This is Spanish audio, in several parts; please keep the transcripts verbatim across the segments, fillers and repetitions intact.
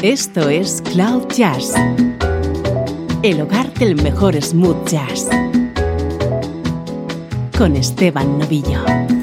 Esto es Cloud Jazz, el hogar del mejor smooth jazz, con Esteban Novillo.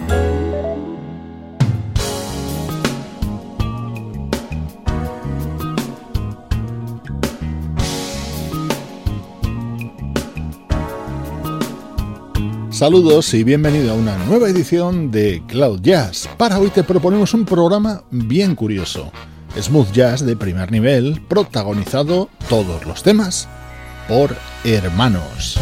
Saludos y bienvenido a una nueva edición de Cloud Jazz. Para hoy te proponemos un programa bien curioso. Smooth jazz de primer nivel, protagonizado todos los temas por hermanos.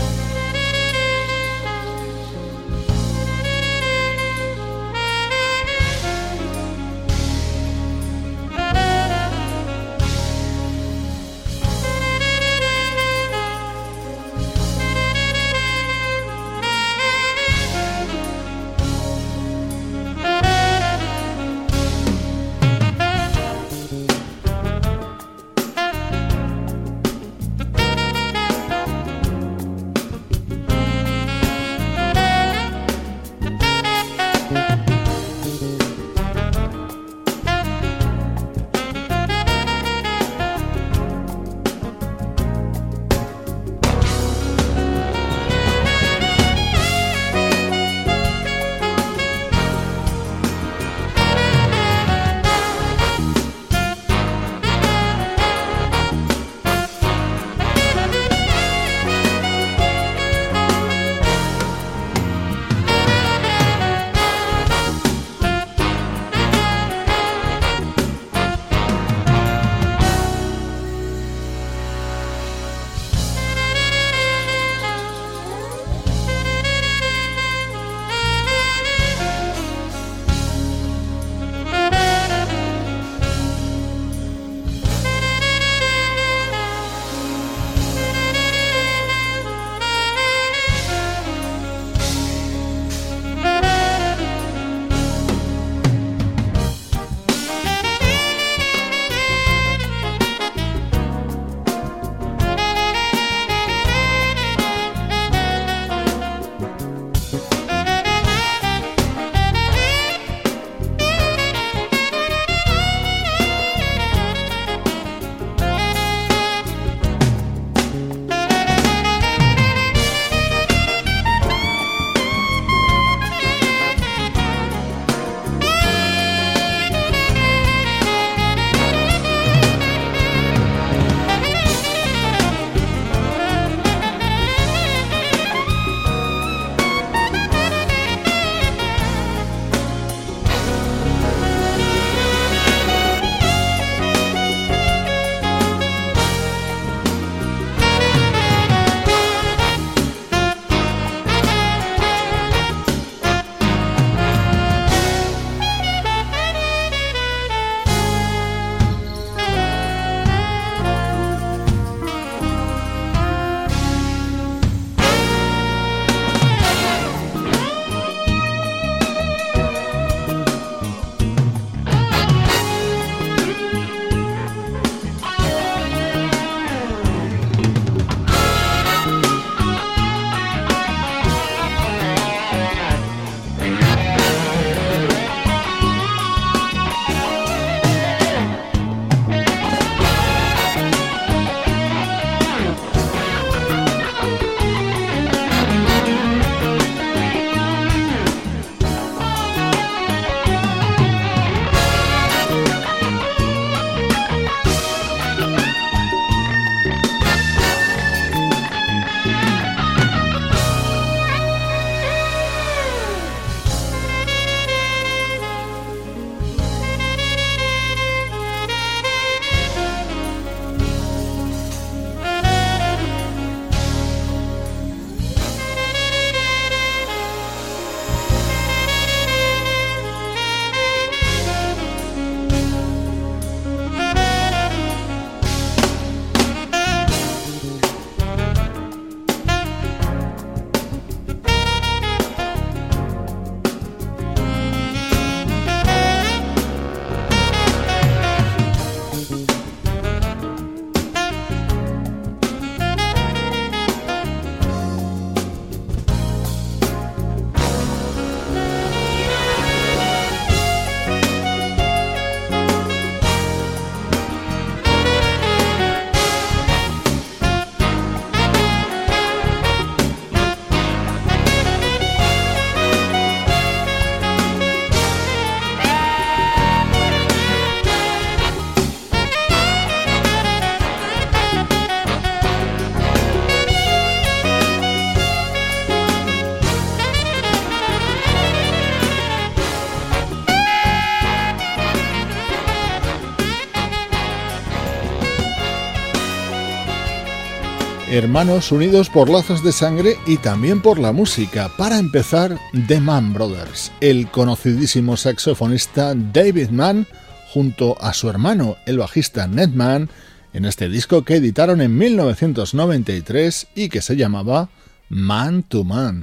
hermanos unidos por lazos de sangre y también por la música. Para empezar, The Mann Brothers, el conocidísimo saxofonista David Mann junto a su hermano, el bajista Ned Mann, en este disco que editaron en mil novecientos noventa y tres y que se llamaba Man to Man.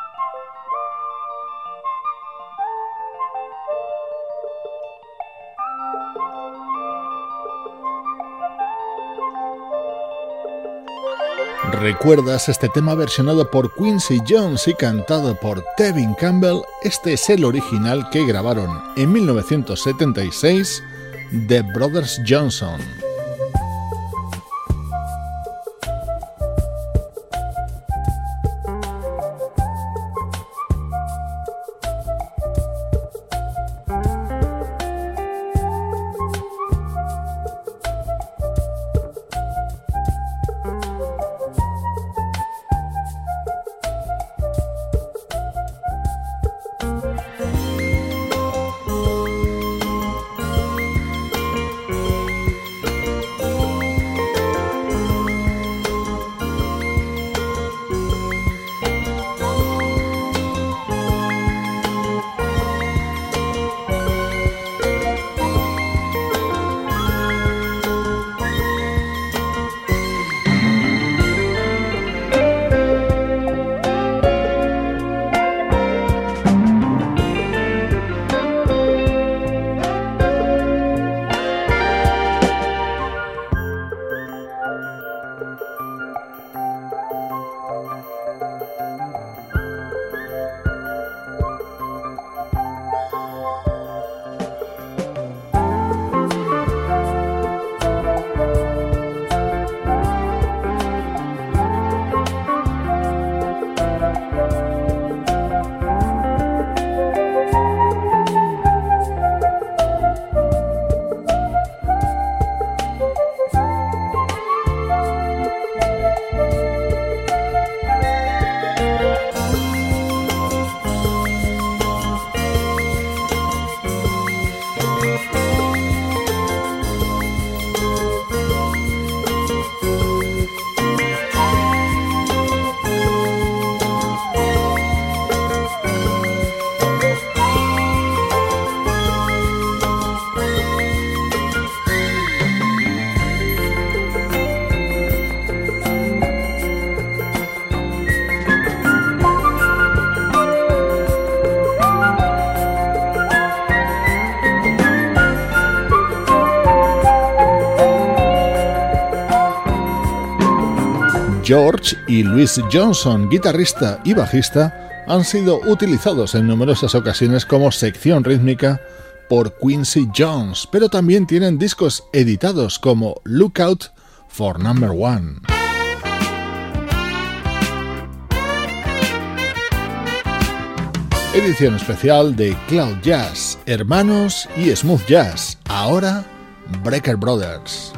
¿Recuerdas este tema versionado por Quincy Jones y cantado por Tevin Campbell? Este es el original que grabaron en mil novecientos setenta y seis The Brothers Johnson. George y Louis Johnson, guitarrista y bajista, han sido utilizados en numerosas ocasiones como sección rítmica por Quincy Jones, pero también tienen discos editados como Lookout for Number One. Edición especial de Cloud Jazz, Hermanos y Smooth Jazz, ahora Brecker Brothers.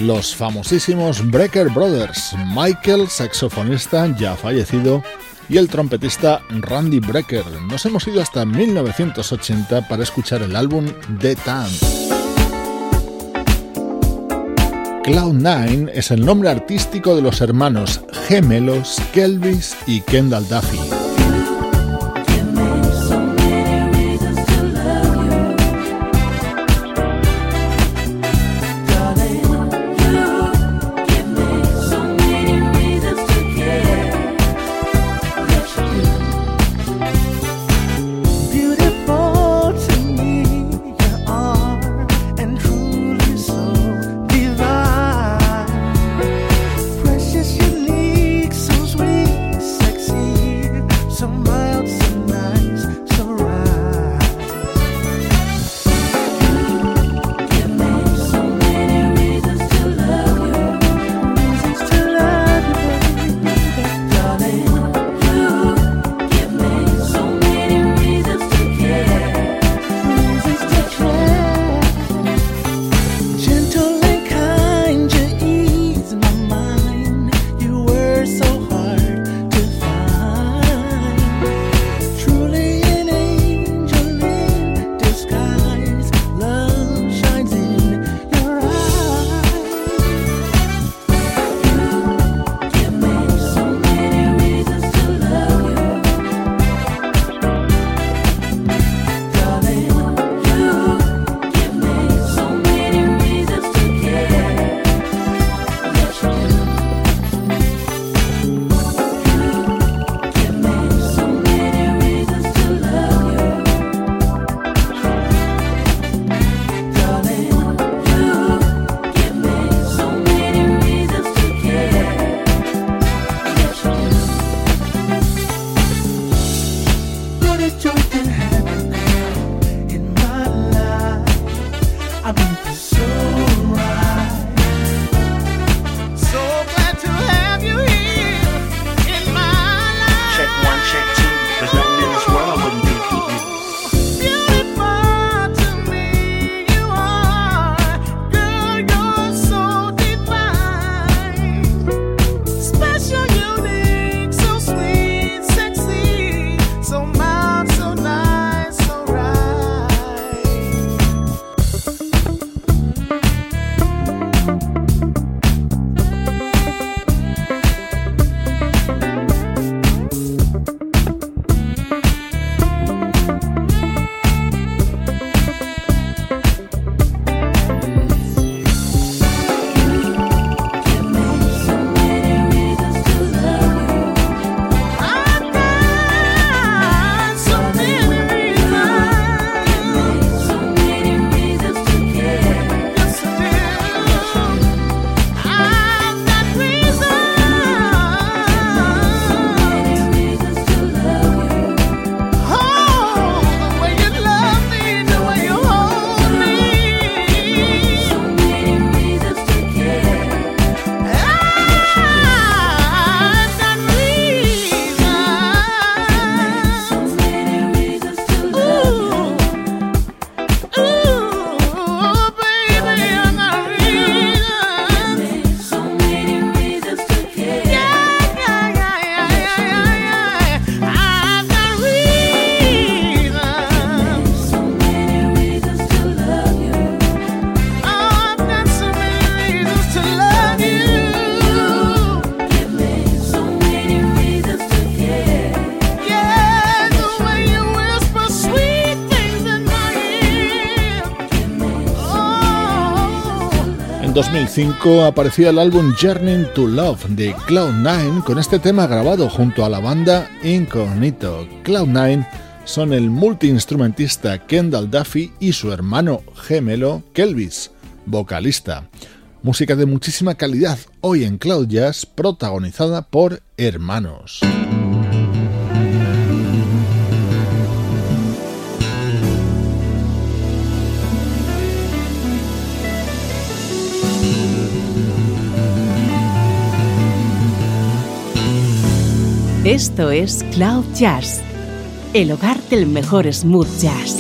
Los famosísimos Brecker Brothers, Michael, saxofonista ya fallecido, y el trompetista Randy Brecker. Nos hemos ido hasta mil novecientos ochenta para escuchar el álbum The Tans. Cloud Nine es el nombre artístico de los hermanos gemelos Kelvis y Kendall Duffy. En dos mil cinco aparecía el álbum Journey to Love de Cloud Nine con este tema grabado junto a la banda Incognito. Cloud Nine son el multiinstrumentista Kendall Duffy y su hermano gemelo Kelvis, vocalista. Música de muchísima calidad hoy en Cloud Jazz, protagonizada por hermanos. Esto es Cloud Jazz, el hogar del mejor smooth jazz.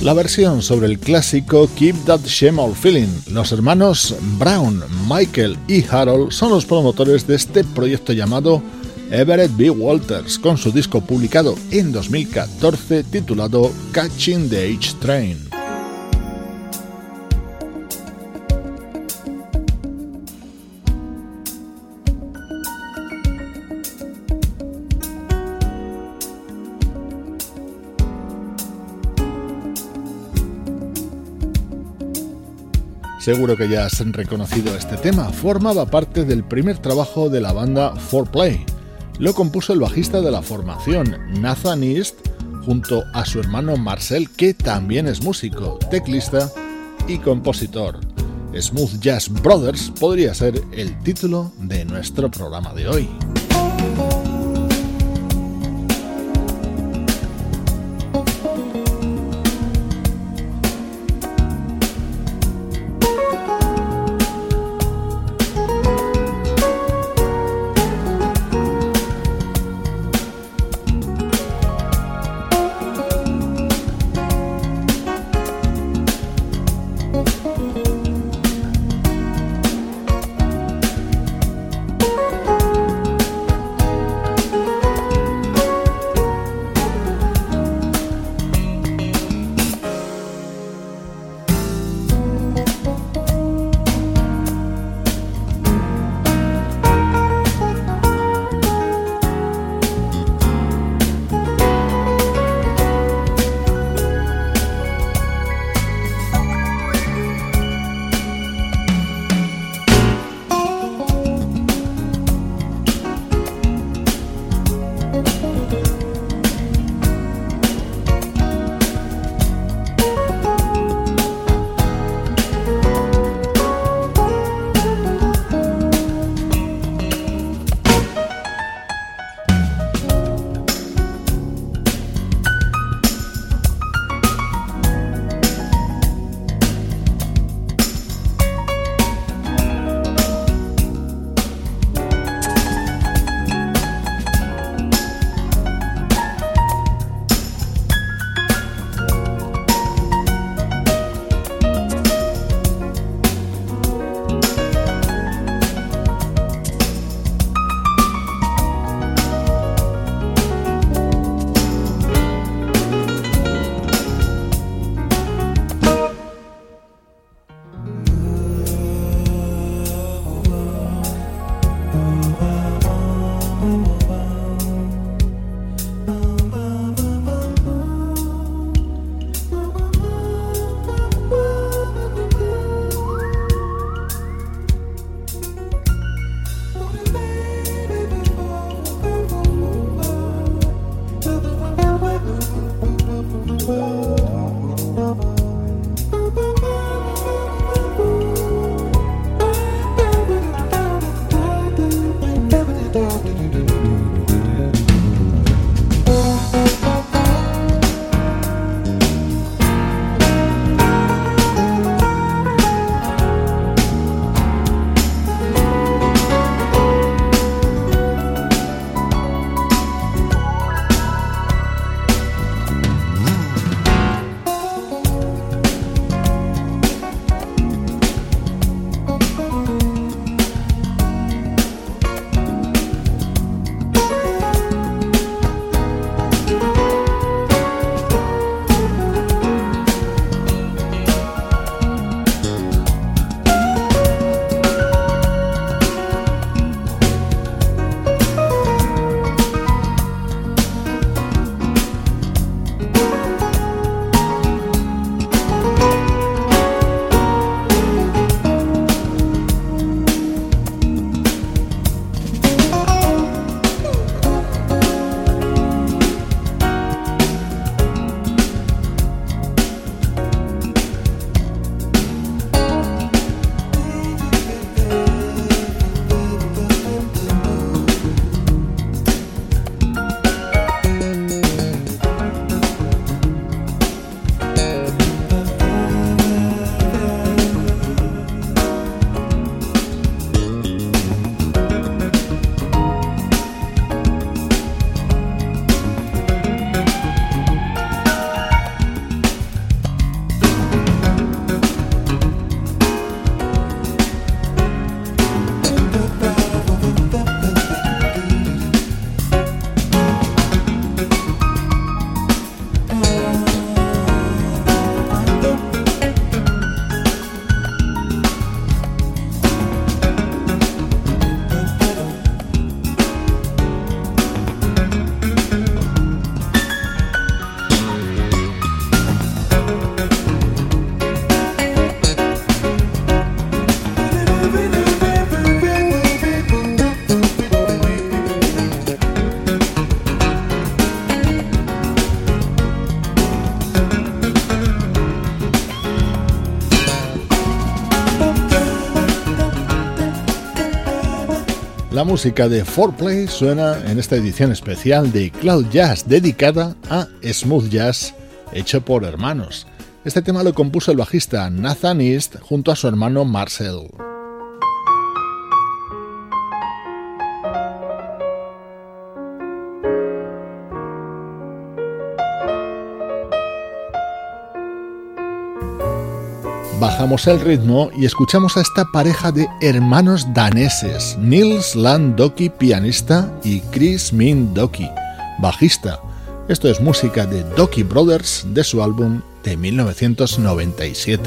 La versión sobre el clásico Keep That Shame All Feeling. Los hermanos Brown, Michael y Harold son los promotores de este proyecto llamado Everett B. Walters, con su disco publicado en dos mil catorce titulado Catching the H Train. Seguro que ya has reconocido este tema, formaba parte del primer trabajo de la banda four play. Lo compuso el bajista de la formación, Nathan East, junto a su hermano Marcel, que también es músico, teclista y compositor. Smooth Jazz Brothers podría ser el título de nuestro programa de hoy. La música de four play suena en esta edición especial de Cloud Jazz dedicada a smooth jazz hecho por hermanos. Este tema lo compuso el bajista Nathan East junto a su hermano Marcel. Bajamos el ritmo y escuchamos a esta pareja de hermanos daneses, Nils Land Doky, pianista, y Chris Min Doky, bajista. Esto es música de Doky Brothers de su álbum de mil novecientos noventa y siete.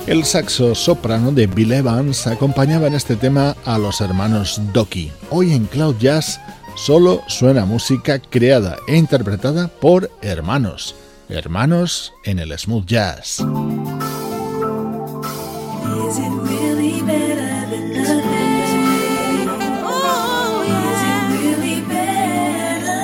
El saxo soprano de Bill Evans acompañaba en este tema a los hermanos Doki. Hoy en Cloud Jazz solo suena música creada e interpretada por hermanos. Hermanos en el smooth jazz. Is it really better than nothing? Oh, is it really better?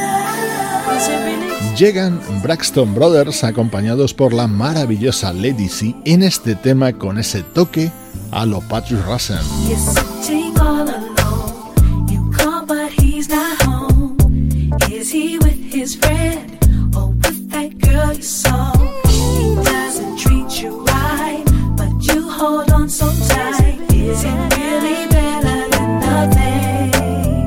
Is it really? Llegan Braxton Brothers acompañados por la maravillosa Lady C en este tema con ese toque a lo Patrick Russell. You're sitting all alone. You call, but he's not home. Is he with his friend or with that girl you saw? He doesn't treat you right, but you hold on so tight. Is it really better than nothing?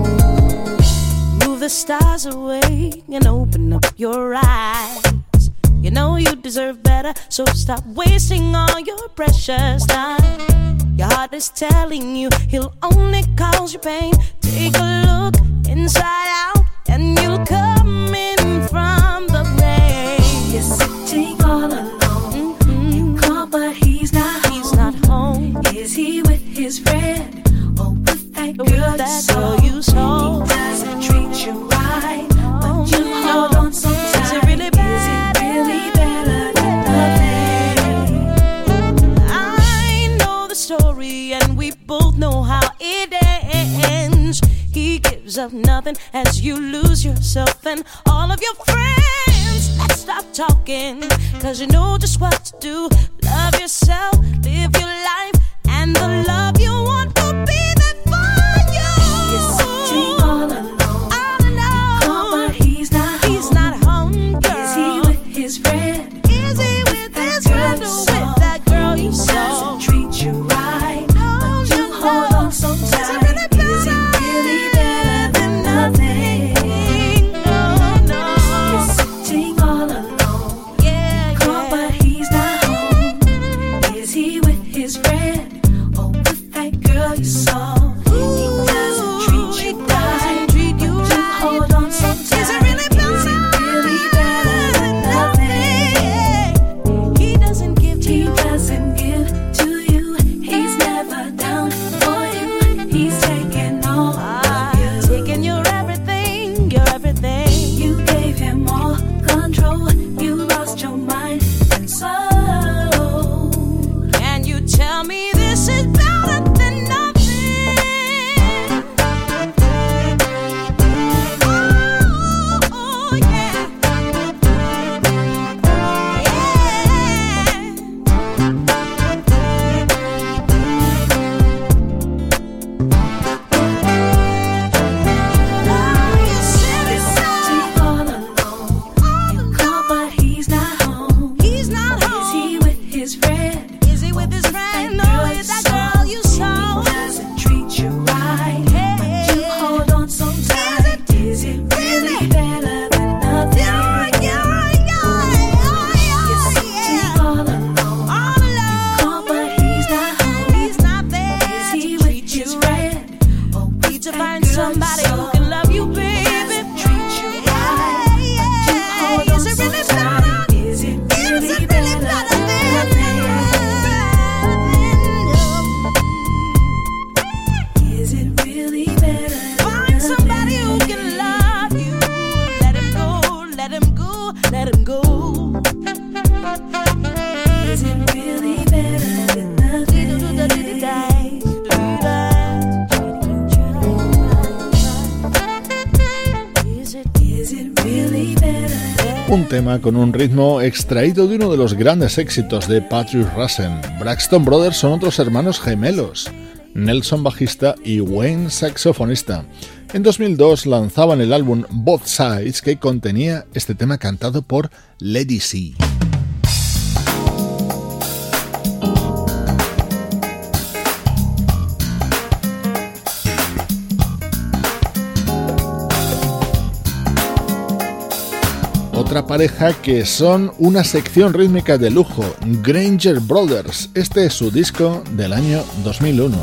Move the stars away and open up your eyes. You know you deserve better, so stop wasting all your precious time. Your heart is telling you he'll only cause you pain. Take a look inside out and you'll come in from the rain. You're sitting all alone. Mm-hmm. You call, but he's not home. He's not home. Is he with his friend or with that girl, with that you, girl saw? you saw? He doesn't treat you right, Oh, but you no. hold on so tight. Is it really bad? Is it really better than nothing? I know the story and we both know how it ends. He gives up nothing as you lose yourself and all of your friends. Let's stop talking, cause you know just what to do. Love yourself, live your life, and the love you want will be there for you. You're sitting all alone. All alone. You call, but he's not home. He's not home, girl. Is he with his friend? Is he with his friend or with that girl you He saw? doesn't treat you right, No, but you no, hold no. on so Is it tight. really Is it really better than nothing? No, no. You're sitting all alone. Yeah, Call, yeah. but he's not home. Is he with his friend or with that girl you saw? He doesn't treat you He right, doesn't treat you but you right. hold on so tight. Is it really better? Is it really better than nothing? He doesn't give to He you. doesn't give to you. He's never down for you. He's taking all Ah, of you. taking your everything, your everything. You gave him all control. You lost your mind and soul. Can you tell me this is better than nothing? Oh, yeah. You're sitting all alone. You call, but he's not home. He's not Is he home. with his friend? Is he with his friend or is that girl you saw? He doesn't treat you right, but you hold on so tight. Is it really better than nothing? Yeah, yeah, yeah, You're yeah, sitting yeah. all alone. All alone. Call, but he's not home. He's not there Is he to with treat his you right. friend or with Need to that find girl somebody you who saw? can love you, baby. Doesn't treat you right, Yeah, but you yeah. hold on Is it so really tight. better? Is it Is really it really better better than than Is it really better than Find somebody who nothing? can love you. Let him go, let him go, let him go. Is it really better than nothing? Is it Is it really better? Un tema con un ritmo extraído de uno de los grandes éxitos de Patrick Russell. Braxton Brothers son otros hermanos gemelos, Nelson bajista y Wayne saxofonista. En dos mil dos lanzaban el álbum Both Sides, que contenía este tema cantado por Lady C. Otra pareja que son una sección rítmica de lujo, Granger Brothers. Este es su disco del año dos mil uno.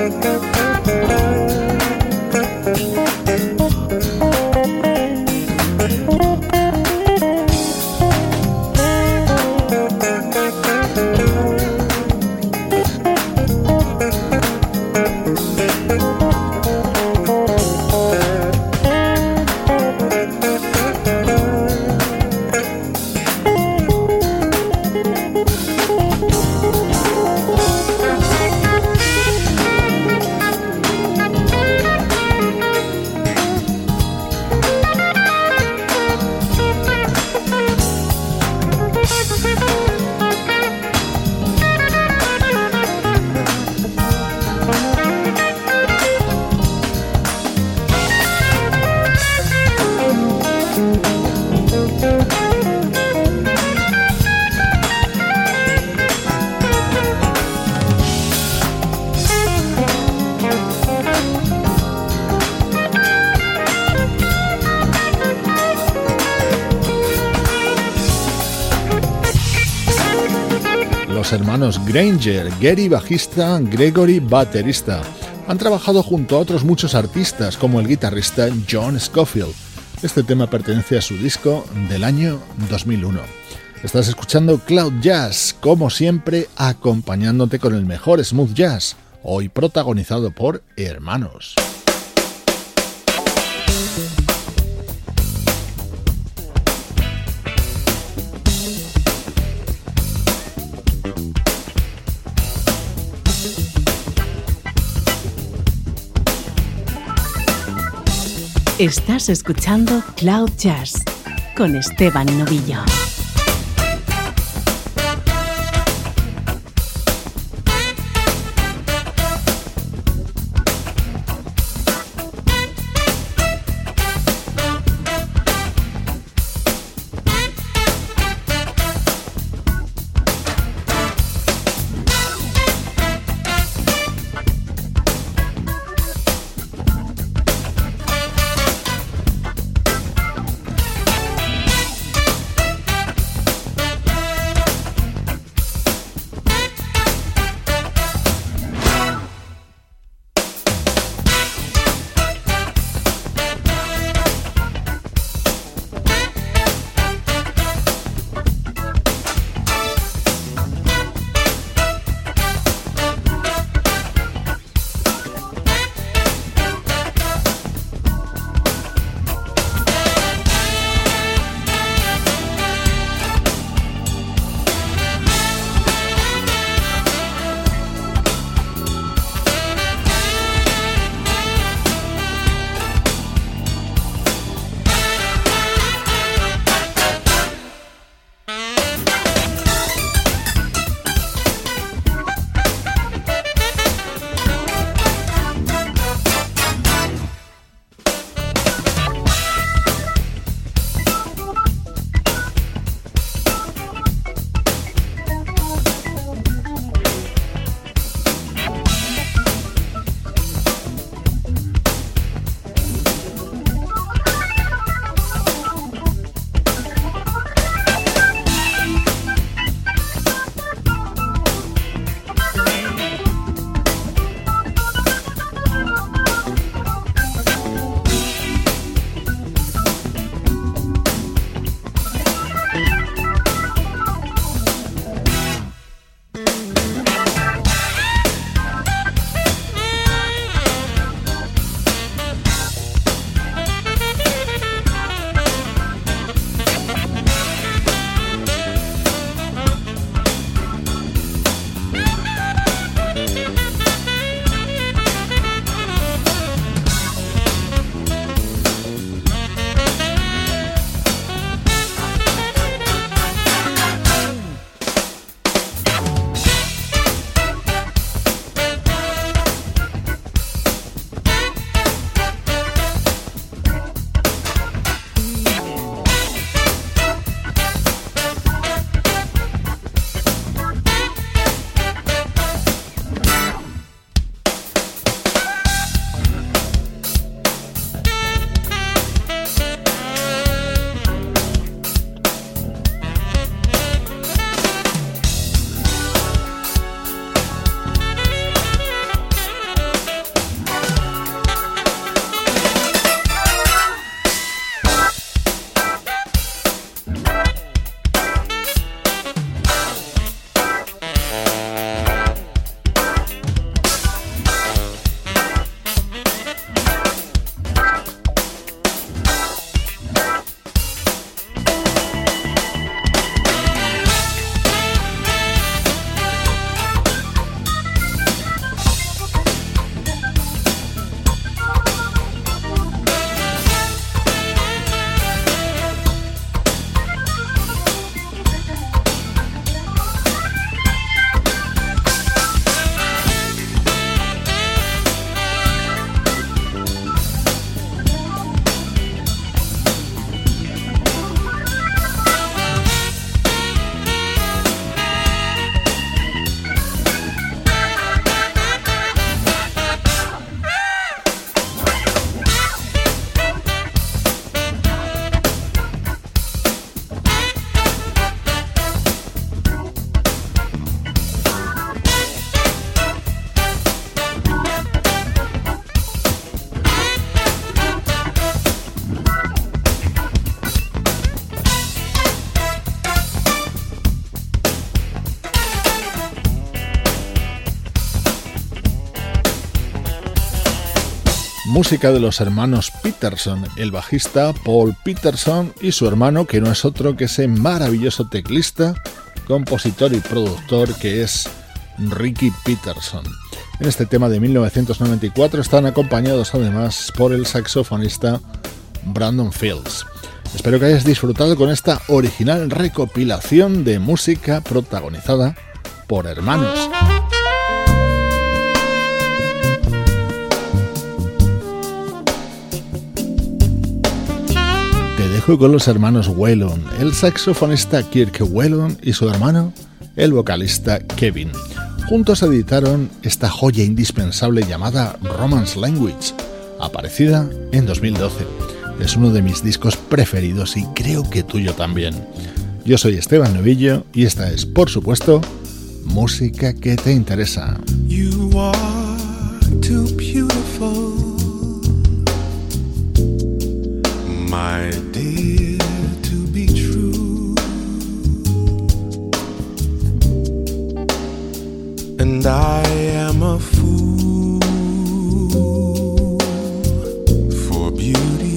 Los hermanos Granger, Gary bajista, Gregory baterista, han trabajado junto a otros muchos artistas como el guitarrista John Scofield. Este tema pertenece a su disco del año dos mil uno. Estás escuchando Cloud Jazz, como siempre, acompañándote con el mejor smooth jazz, hoy protagonizado por hermanos. Estás escuchando Cloud Jazz con Esteban Novillo. Música de los hermanos Peterson, el bajista Paul Peterson y su hermano, que no es otro que ese maravilloso teclista, compositor y productor que es Ricky Peterson. En este tema de mil novecientos noventa y cuatro están acompañados además por el saxofonista Brandon Fields. Espero que hayas disfrutado con esta original recopilación de música protagonizada por hermanos. Te dejo con los hermanos Whelan, el saxofonista Kirk Whelan y su hermano, el vocalista Kevin. Juntos editaron esta joya indispensable llamada Romance Language, aparecida en dos mil doce. Es uno de mis discos preferidos y creo que tuyo también. Yo soy Esteban Novillo y esta es, por supuesto, música que te interesa. You are too beautiful, my dear, to be true, and I am a fool for beauty.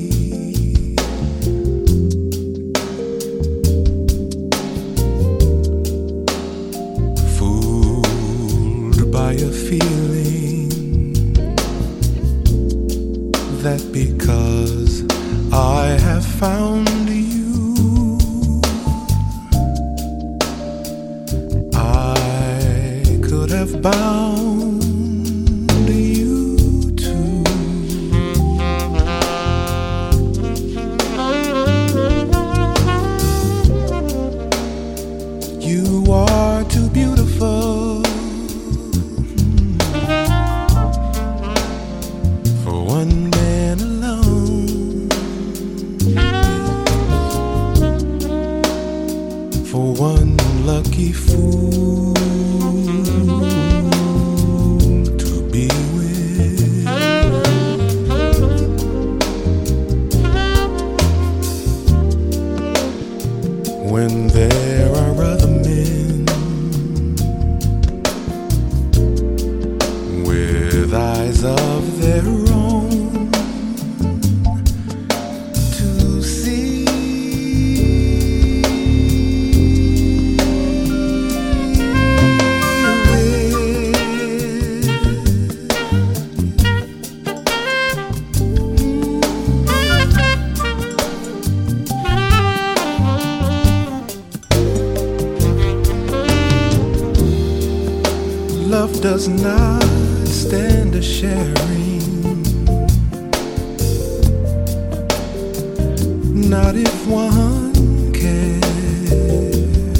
By a feeling that because I have found you, I could have bound you too. You are too beautiful lucky fool to be with. When there are other men with eyes of their own to see. Love does not stand a sharing, not if one cares.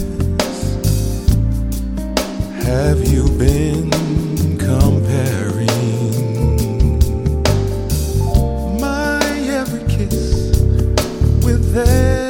Have you been comparing my every kiss with theirs?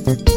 Thank